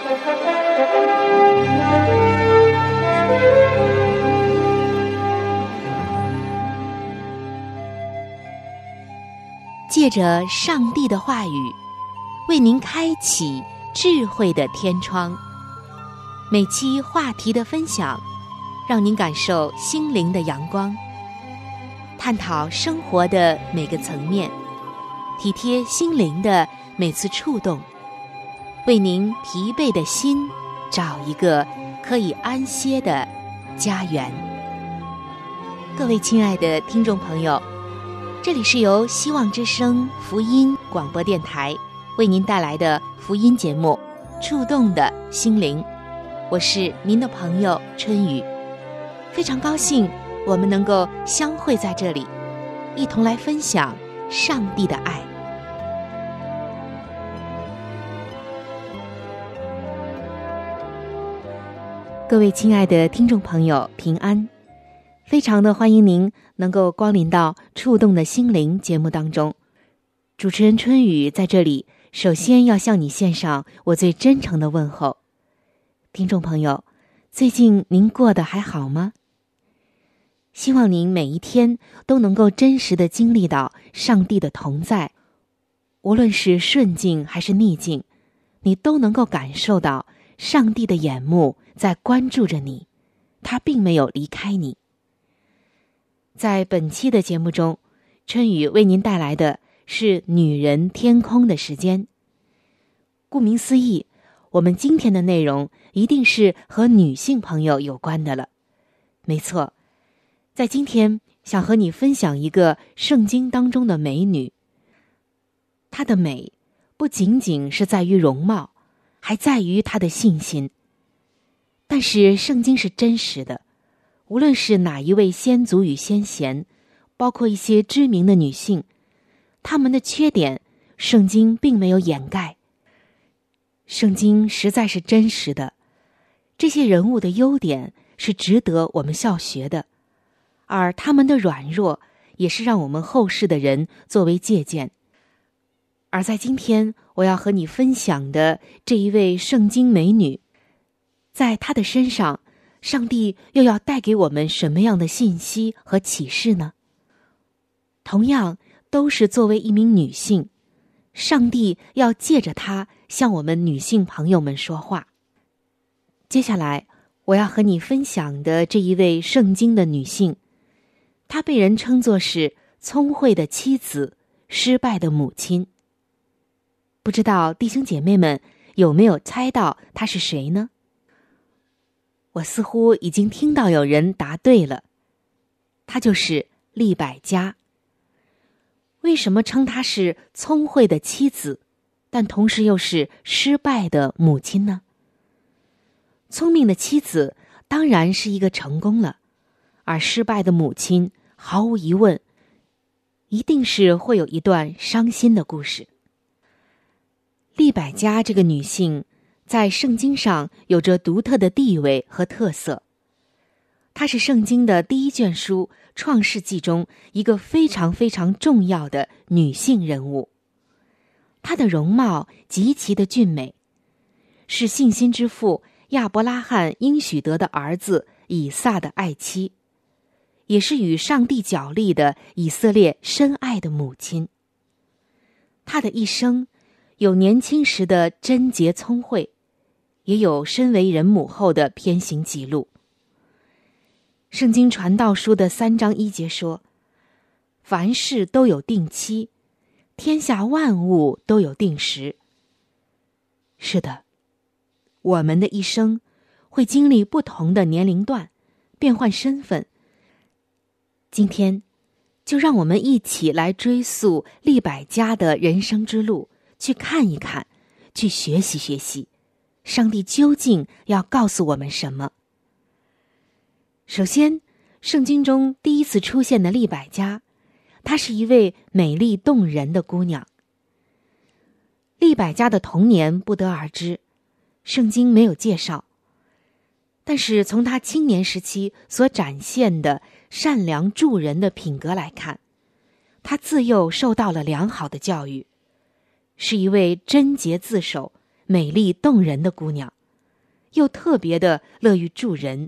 借着上帝的话语，为您开启智慧的天窗。每期话题的分享，让您感受心灵的阳光，探讨生活的每个层面，体贴心灵的每次触动，为您疲惫的心找一个可以安歇的家园。各位亲爱的听众朋友，这里是由希望之声福音广播电台为您带来的福音节目《触动的心灵》，我是您的朋友春雨，非常高兴我们能够相会在这里，一同来分享上帝的爱。各位亲爱的听众朋友，平安！非常的欢迎您能够光临到触动的心灵节目当中。主持人春雨在这里首先要向你献上我最真诚的问候。听众朋友，最近您过得还好吗？希望您每一天都能够真实的经历到上帝的同在，无论是顺境还是逆境，你都能够感受到上帝的眼目在关注着你，他并没有离开你。在本期的节目中，春雨为您带来的是女人天空的时间。顾名思义，我们今天的内容一定是和女性朋友有关的了。没错，在今天想和你分享一个圣经当中的美女。她的美不仅仅是在于容貌，还在于她的信心。但是圣经是真实的，无论是哪一位先祖与先贤，包括一些知名的女性，她们的缺点圣经并没有掩盖。圣经实在是真实的，这些人物的优点是值得我们效学的，而他们的软弱也是让我们后世的人作为借鉴。而在今天我要和你分享的这一位圣经美女，在她的身上，上帝又要带给我们什么样的信息和启示呢？同样都是作为一名女性，上帝要借着她向我们女性朋友们说话。接下来我要和你分享的这一位圣经的女性，她被人称作是聪慧的妻子，失败的母亲。不知道弟兄姐妹们有没有猜到她是谁呢？我似乎已经听到有人答对了，她就是利百加。为什么称她是聪慧的妻子，但同时又是失败的母亲呢？聪明的妻子当然是一个成功了，而失败的母亲毫无疑问，一定是会有一段伤心的故事。利百加这个女性在圣经上有着独特的地位和特色，她是圣经的第一卷书《创世纪》中一个非常非常重要的女性人物。她的容貌极其的俊美，是信心之父亚伯拉罕应许得的儿子以撒的爱妻，也是与上帝角力的以色列深爱的母亲。她的一生有年轻时的贞洁聪慧，也有身为人母后的偏行记录。圣经传道书的3章1节说，凡事都有定期，天下万物都有定时。是的，我们的一生会经历不同的年龄段，变换身份。今天就让我们一起来追溯利百加的人生之路，去看一看，去学习学习，上帝究竟要告诉我们什么。首先，圣经中第一次出现的利百加，她是一位美丽动人的姑娘。利百加的童年不得而知，圣经没有介绍，但是从她青年时期所展现的善良助人的品格来看，她自幼受到了良好的教育，是一位贞洁自守、美丽动人的姑娘。 又特别的乐于助人。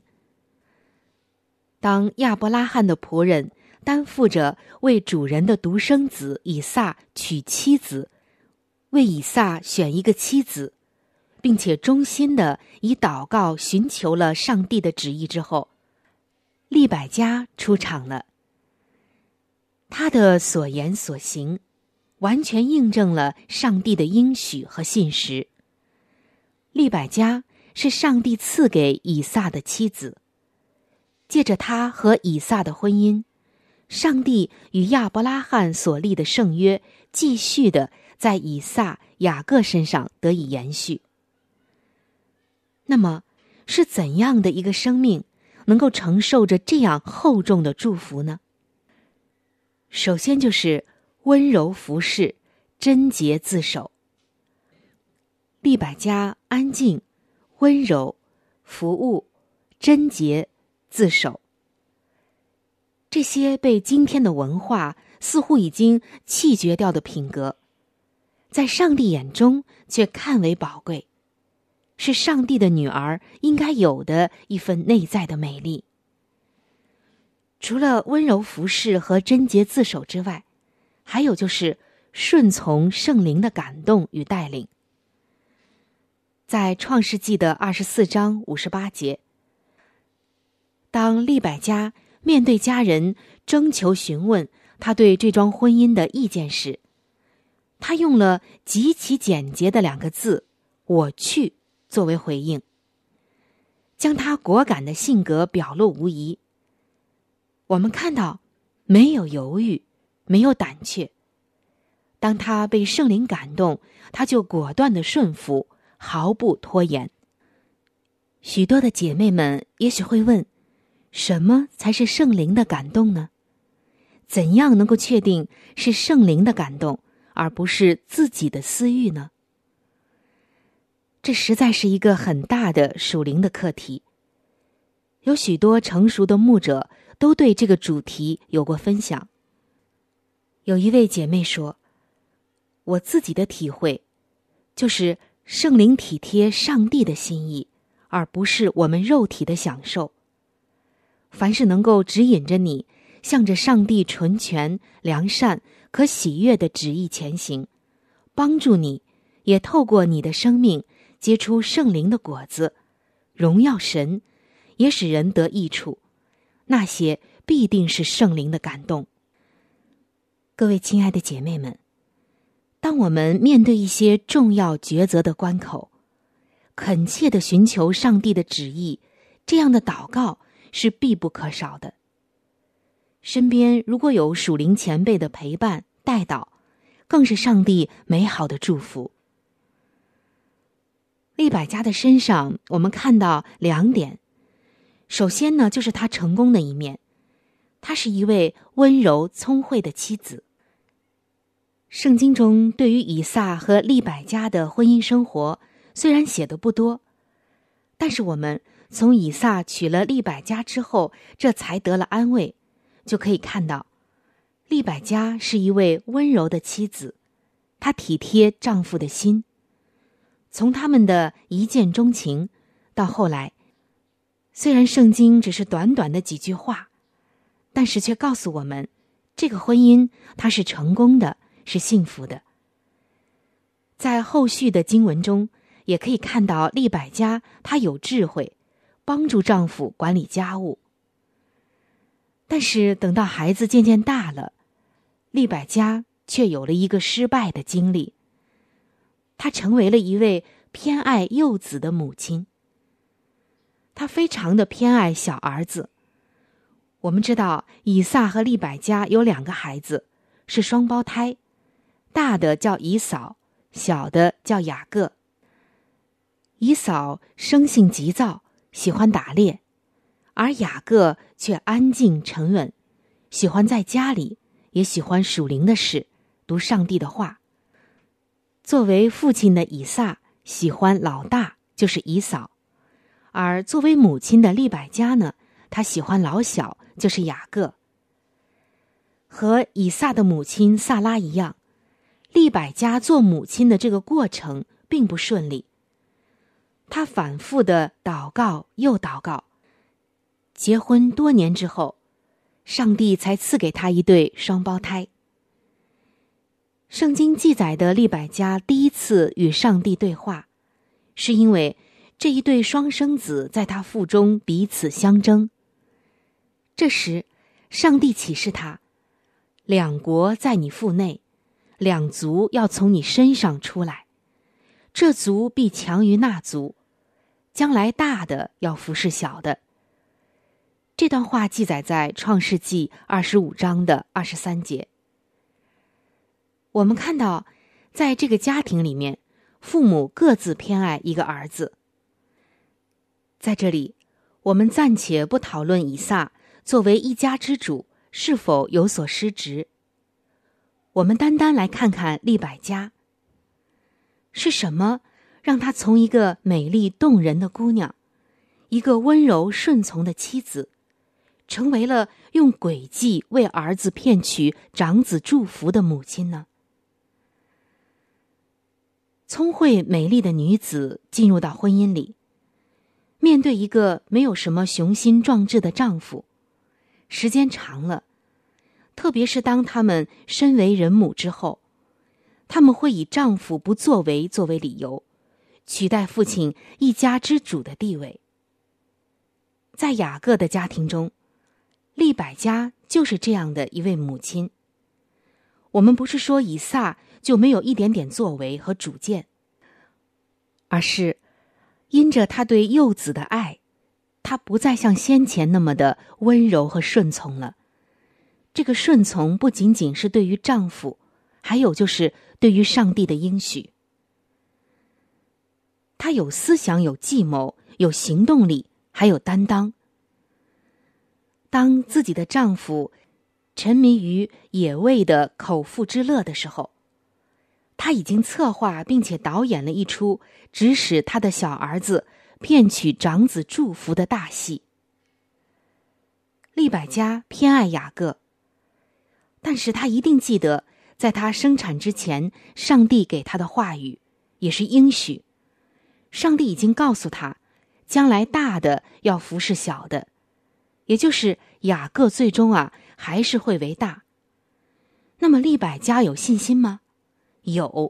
当亚伯拉罕的仆人担负着为主人的独生子以撒娶妻子，为以撒选一个妻子，并且衷心的以祷告寻求了上帝的旨意之后，利百加出场了。他的所言所行完全印证了上帝的应许和信实。利百加是上帝赐给以撒的妻子，借着他和以撒的婚姻，上帝与亚伯拉罕所立的圣约继续的在以撒、雅各身上得以延续。那么，是怎样的一个生命能够承受着这样厚重的祝福呢？首先就是温柔服侍，贞洁自守。利百加安静、温柔、服务、贞洁、自守，这些被今天的文化似乎已经弃绝掉的品格，在上帝眼中却看为宝贵，是上帝的女儿应该有的一份内在的美丽。除了温柔服侍和贞洁自守之外，还有就是顺从圣灵的感动与带领。在创世纪的24章58节，当利百加面对家人征求询问他对这桩婚姻的意见时，他用了极其简洁的2个字“我去”作为回应，将他果敢的性格表露无遗。我们看到没有犹豫，没有胆怯，当他被圣灵感动，他就果断的顺服，毫不拖延。许多的姐妹们也许会问，什么才是圣灵的感动呢？怎样能够确定是圣灵的感动，而不是自己的私欲呢？这实在是一个很大的属灵的课题。有许多成熟的牧者都对这个主题有过分享。有一位姐妹说，我自己的体会就是圣灵体贴上帝的心意，而不是我们肉体的享受。凡是能够指引着你向着上帝纯全、良善、可喜悦的旨意前行，帮助你也透过你的生命结出圣灵的果子，荣耀神，也使人得益处，那些必定是圣灵的感动。各位亲爱的姐妹们，当我们面对一些重要抉择的关口，恳切地寻求上帝的旨意，这样的祷告是必不可少的。身边如果有属灵前辈的陪伴带导，更是上帝美好的祝福。利百加的身上我们看到2点。首先呢，就是她成功的一面，她是一位温柔聪慧的妻子。圣经中对于以撒和利百加的婚姻生活虽然写的不多，但是我们从以撒娶了利百加之后，这才得了安慰，就可以看到利百加是一位温柔的妻子，她体贴丈夫的心。从他们的一见钟情到后来，虽然圣经只是短短的几句话，但是却告诉我们，这个婚姻它是成功的，是幸福的。在后续的经文中也可以看到利百加她有智慧，帮助丈夫管理家务。但是等到孩子渐渐大了，利百加却有了一个失败的经历。她成为了一位偏爱幼子的母亲。她非常的偏爱小儿子。我们知道以撒和利百加有2个孩子，是双胞胎，大的叫以扫，小的叫雅各。以扫生性急躁，喜欢打猎，而雅各却安静沉稳，喜欢在家里，也喜欢属灵的事，读上帝的话。作为父亲的以撒喜欢老大，就是以扫，而作为母亲的利百加呢，她喜欢老小，就是雅各。和以撒的母亲萨拉一样，利百加做母亲的这个过程并不顺利。 他反复的祷告又祷告，结婚多年之后，上帝才赐给他一对双胞胎。圣经记载的利百加第一次与上帝对话，是因为这一对双生子在他腹中彼此相争。这时，上帝启示他，两国在你腹内，两族要从你身上出来，这族必强于那族，将来大的要服侍小的。这段话记载在创世纪25章的23节。我们看到，在这个家庭里面，父母各自偏爱一个儿子。在这里，我们暂且不讨论以撒作为一家之主是否有所失职，我们单单来看看利百加。是什么让她从一个美丽动人的姑娘，一个温柔顺从的妻子，成为了用诡计为儿子骗取长子祝福的母亲呢？聪慧美丽的女子进入到婚姻里，面对一个没有什么雄心壮志的丈夫，时间长了，特别是当他们身为人母之后，他们会以丈夫不作为作为理由，取代父亲一家之主的地位。在雅各的家庭中，利百加就是这样的一位母亲。我们不是说以撒就没有一点点作为和主见，而是因着他对幼子的爱，他不再像先前那么的温柔和顺从了。这个顺从不仅仅是对于丈夫，还有就是对于上帝的应许。他有思想，有计谋，有行动力，还有担当。当自己的丈夫沉迷于野味的口腹之乐的时候，他已经策划并且导演了一出指使他的小儿子骗取长子祝福的大戏。利百加偏爱雅各，但是他一定记得在他生产之前上帝给他的话语，也是应许。上帝已经告诉他，将来大的要服侍小的，也就是雅各最终还是会为大。那么利百加有信心吗？有，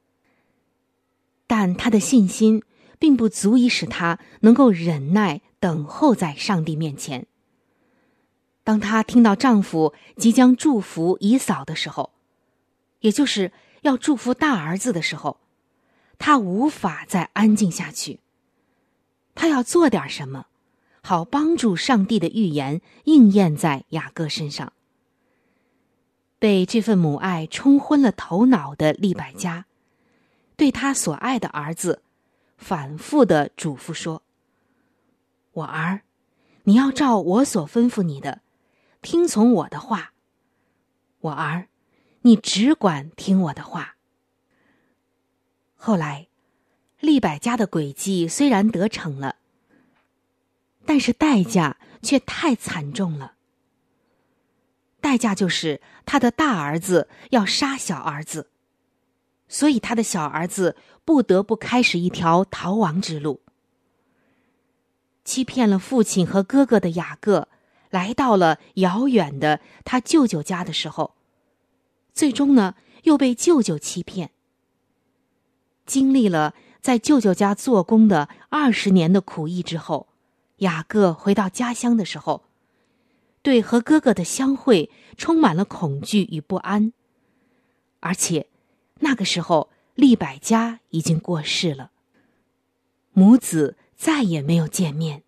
但他的信心并不足以使他能够忍耐等候在上帝面前。当她听到丈夫即将祝福以扫的时候，也就是要祝福大儿子的时候，她无法再安静下去。她要做点什么，好帮助上帝的预言应验在雅各身上。被这份母爱冲昏了头脑的利百加，对他所爱的儿子反复地嘱咐说：我儿，你要照我所吩咐你的，听从我的话。我儿，你只管听我的话。后来，利百加的诡计虽然得逞了，但是代价却太惨重了。代价就是他的大儿子要杀小儿子，所以他的小儿子不得不开始一条逃亡之路。欺骗了父亲和哥哥的雅各，来到了遥远的他舅舅家的时候，最终呢，又被舅舅欺骗。经历了在舅舅家做工的20年的苦役之后，雅各回到家乡的时候，对和哥哥的相会充满了恐惧与不安，而且那个时候利百加已经过世了，母子再也没有见面。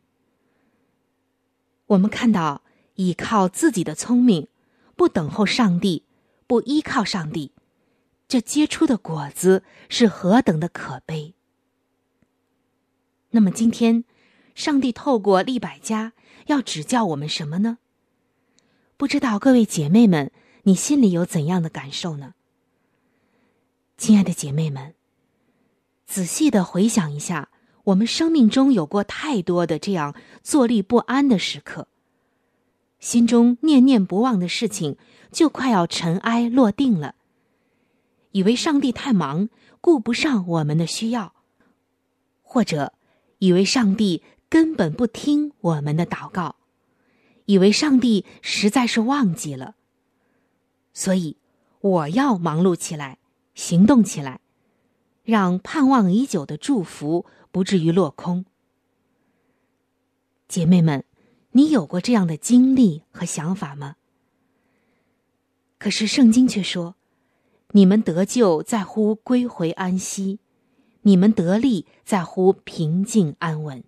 我们看到倚靠自己的聪明，不等候上帝，不依靠上帝，这结出的果子是何等的可悲。那么今天上帝透过利百加要指教我们什么呢？不知道各位姐妹们，你心里有怎样的感受呢？亲爱的姐妹们，仔细地回想一下，我们生命中有过太多的这样坐立不安的时刻，心中念念不忘的事情就快要尘埃落定了，以为上帝太忙，顾不上我们的需要， 或者以为上帝根本不听我们的祷告，以为上帝实在是忘记了。所以我要忙碌起来，行动起来，让盼望已久的祝福不至于落空。姐妹们，你有过这样的经历和想法吗？可是圣经却说，你们得救在乎归回安息，你们得力在乎平静安稳。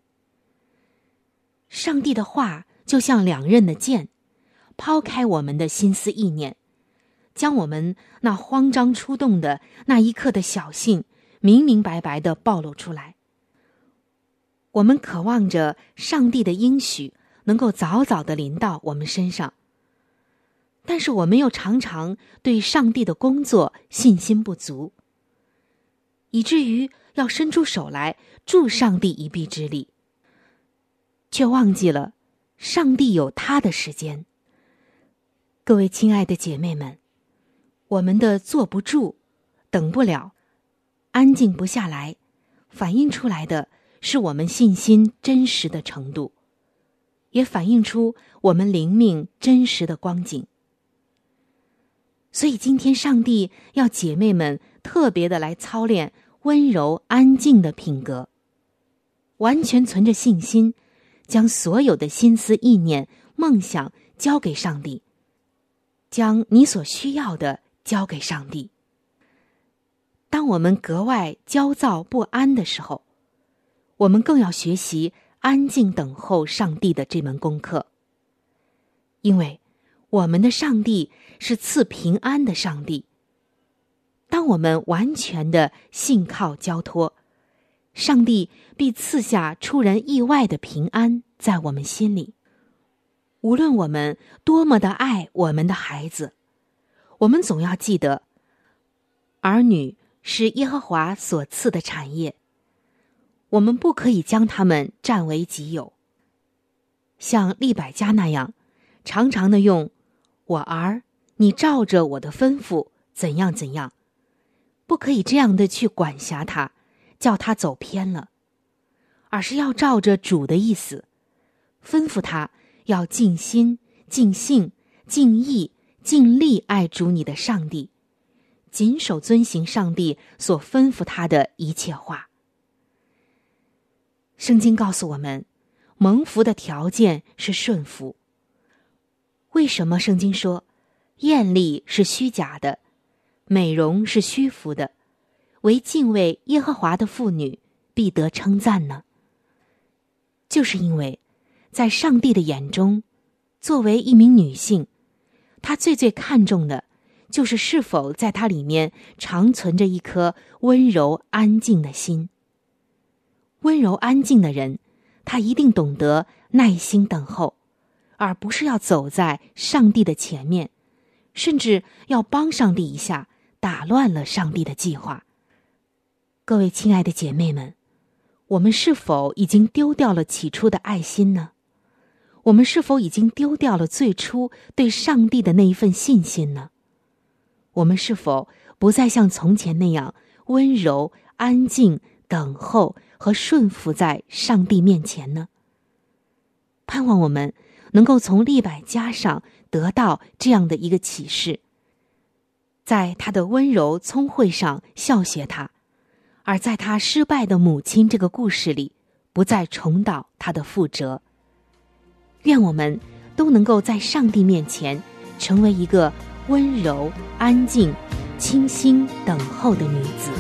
上帝的话就像两刃的剑，抛开我们的心思意念，将我们那慌张出动的那一刻的小性明明白白地暴露出来。我们渴望着上帝的应许能够早早地临到我们身上，但是我们又常常对上帝的工作信心不足，以至于要伸出手来助上帝一臂之力，却忘记了上帝有他的时间。各位亲爱的姐妹们，我们的坐不住、等不了、安静不下来，反映出来的是我们信心真实的程度，也反映出我们灵命真实的光景。所以今天上帝要姐妹们特别的来操练温柔安静的品格，完全存着信心，将所有的心思意念梦想交给上帝，将你所需要的交给上帝。当我们格外焦躁不安的时候，我们更要学习安静等候上帝的这门功课，因为我们的上帝是赐平安的上帝。当我们完全的信靠交托，上帝必赐下出人意外的平安在我们心里。无论我们多么的爱我们的孩子，我们总要记得，儿女是耶和华所赐的产业，我们不可以将他们占为己有。像利百加那样，常常的用我儿，你照着我的吩咐怎样怎样，不可以这样的去管辖他，叫他走偏了，而是要照着主的意思，吩咐他要尽心、尽性、尽意、尽力爱主你的上帝，谨守遵行上帝所吩咐他的一切话。圣经告诉我们，蒙福的条件是顺服。为什么圣经说艳丽是虚假的，美容是虚浮的，唯敬畏耶和华的妇女必得称赞呢？就是因为在上帝的眼中，作为一名女性，她最最看重的就是是否在她里面常存着一颗温柔安静的心。温柔安静的人，他一定懂得耐心等候，而不是要走在上帝的前面，甚至要帮上帝一下，打乱了上帝的计划。各位亲爱的姐妹们，我们是否已经丢掉了起初的爱心呢？我们是否已经丢掉了最初对上帝的那一份信心呢？我们是否不再像从前那样温柔、安静、等候和顺服在上帝面前呢？盼望我们能够从利百加上得到这样的一个启示，在他的温柔聪慧上效学他，而在他失败的母亲这个故事里，不再重蹈他的覆辙。愿我们都能够在上帝面前成为一个温柔、安静、清心等候的女子。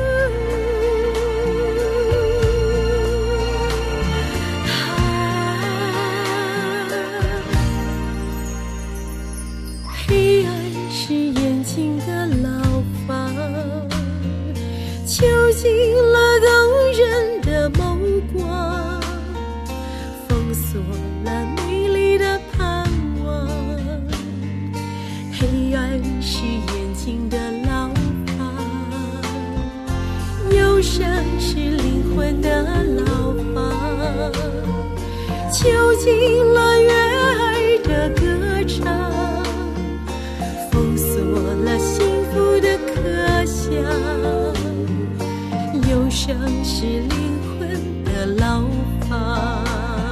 黑暗是眼睛的牢房，囚禁了动人的眸光，封锁了美丽的盼望。黑暗是眼睛的牢房，忧伤是灵魂的牢房，囚禁了悦耳的歌唱，封锁了幸福的可想。忧伤是灵魂的牢房。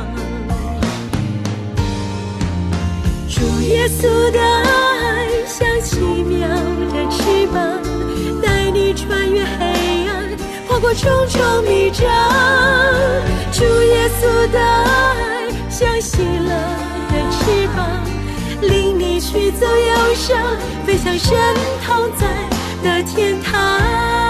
主耶稣的爱像奇妙的翅膀，带你穿越黑暗，跨过重重迷障。主耶稣的爱像喜乐的翅膀，领你去走忧伤，飞向神同在的天堂。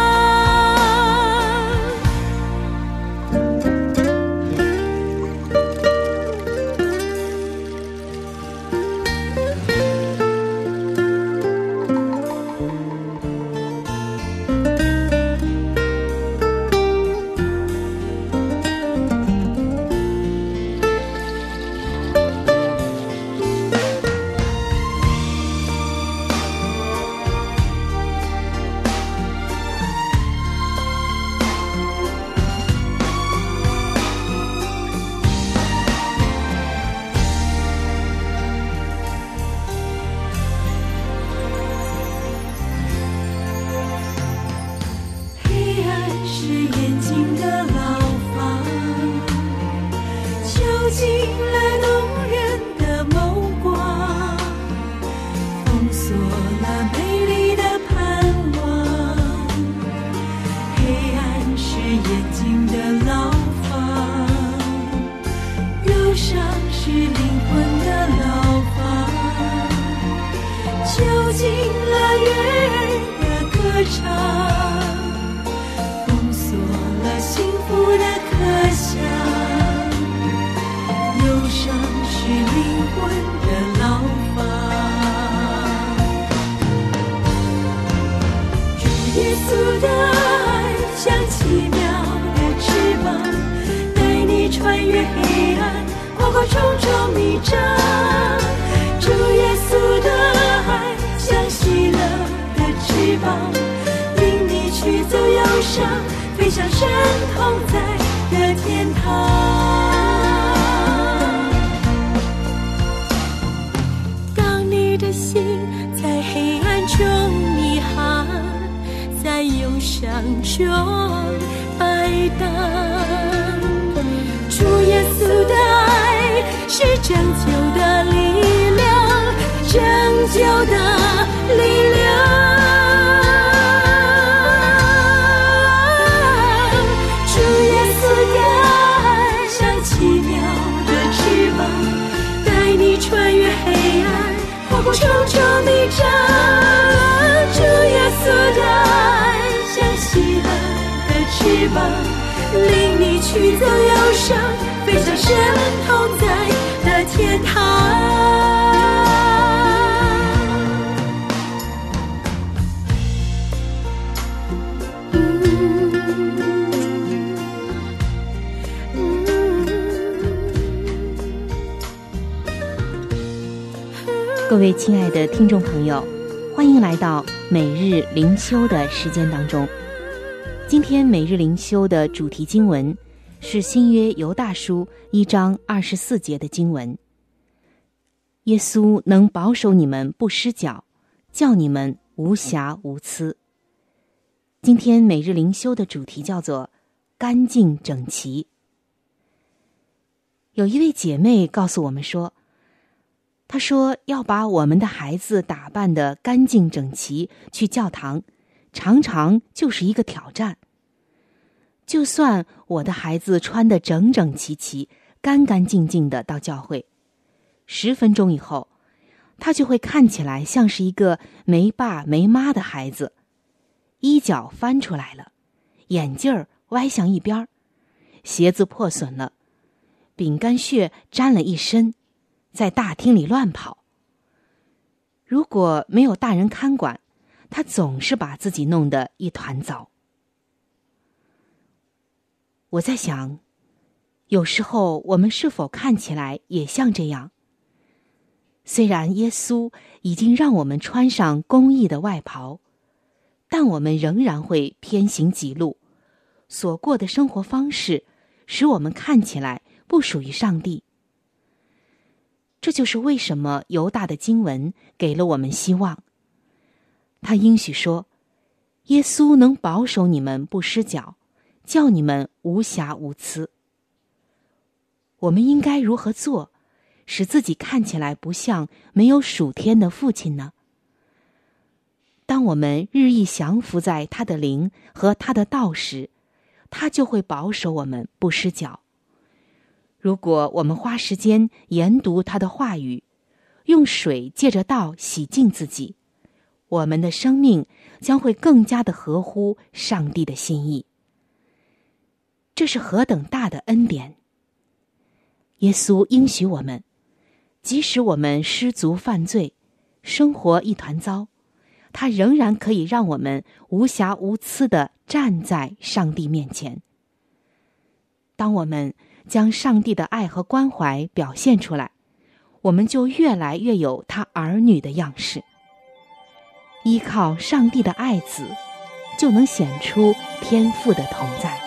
飞向神同在的天堂。当你的心在黑暗中迷航，在忧伤中摆荡，主耶稣的爱是拯救的力量，拯救的力量。穿越黑暗，跨过重重迷障，主耶稣的爱像喜乐的翅膀，领你去走忧伤，飞向神同在的天堂。 各位亲爱的听众朋友，欢迎来到每日灵修的时间当中。今天每日灵修的主题经文是新约犹大书1章24节的经文。耶稣能保守你们不失脚，叫你们无瑕无疵。今天每日灵修的主题叫做干净整齐。有一位姐妹告诉我们说，她说要把我们的孩子打扮得干净整齐去教堂，常常就是一个挑战。就算我的孩子穿得整整齐齐、干干净净的到教会，10分钟以后，他就会看起来像是一个没爸没妈的孩子，衣角翻出来了，眼镜儿歪向一边，鞋子破损了，饼干屑沾了一身，在大厅里乱跑。如果没有大人看管，他总是把自己弄得一团糟。我在想，有时候我们是否看起来也像这样？虽然耶稣已经让我们穿上公义的外袍，但我们仍然会偏行己路，所过的生活方式使我们看起来不属于上帝。这就是为什么犹大的经文给了我们希望。他应许说，耶稣能保守你们不失脚，叫你们无瑕无疵。 我们应该如何做，使自己看起来不像没有属天的父亲呢？当我们日益降服在他的灵和他的道时，他就会保守我们不失脚。如果我们花时间研读他的话语，用水借着道洗净自己，我们的生命将会更加的合乎上帝的心意。这是何等大的恩典！耶稣应许我们，即使我们失足犯罪，生活一团糟，他仍然可以让我们无瑕无疵地站在上帝面前。当我们将上帝的爱和关怀表现出来，我们就越来越有他儿女的样式。依靠上帝的爱子，就能显出天父的同在。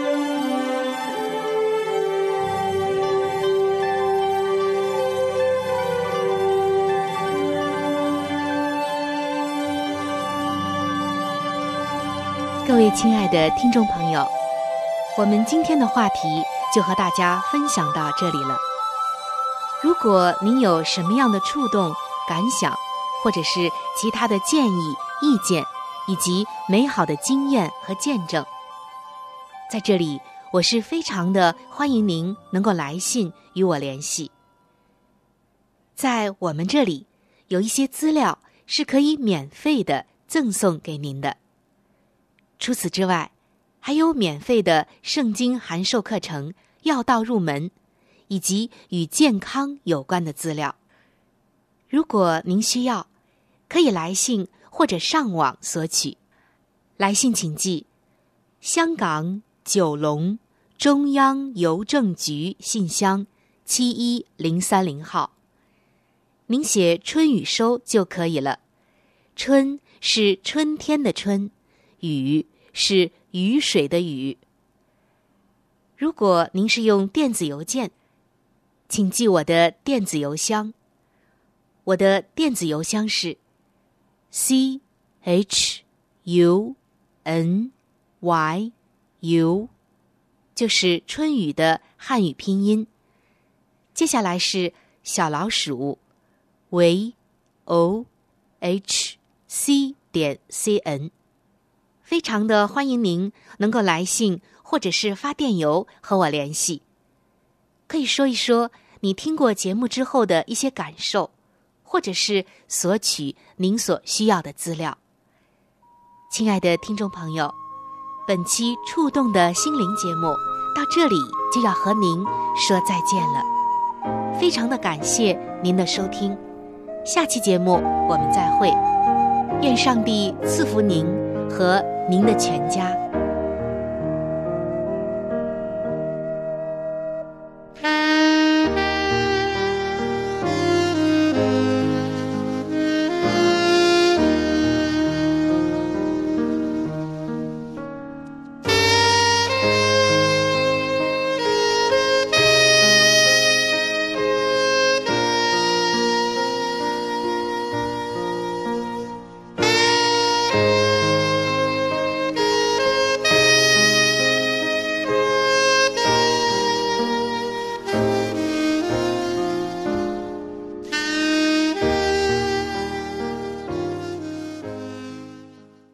各位亲爱的听众朋友，我们今天的话题就和大家分享到这里了。如果您有什么样的触动、感想，或者是其他的建议、意见，以及美好的经验和见证，在这里我是非常的欢迎您能够来信与我联系。在我们这里有一些资料是可以免费的赠送给您的。除此之外，还有免费的圣经函授课程、要道入门，以及与健康有关的资料。如果您需要，可以来信或者上网索取。来信请寄香港九龙中央邮政局信箱71030号。您写春雨收就可以了。春是春天的春，雨是雨水的雨。如果您是用电子邮件，请记我的电子邮箱。我的电子邮箱是 CHUNYU， 就是春雨的汉语拼音。接下来是小老鼠vohc.cn。非常的欢迎您能够来信或者是发电邮和我联系，可以说一说你听过节目之后的一些感受，或者是索取您所需要的资料。亲爱的听众朋友，本期触动的心灵节目到这里就要和您说再见了，非常的感谢您的收听，下期节目我们再会，愿上帝赐福您和您的全家。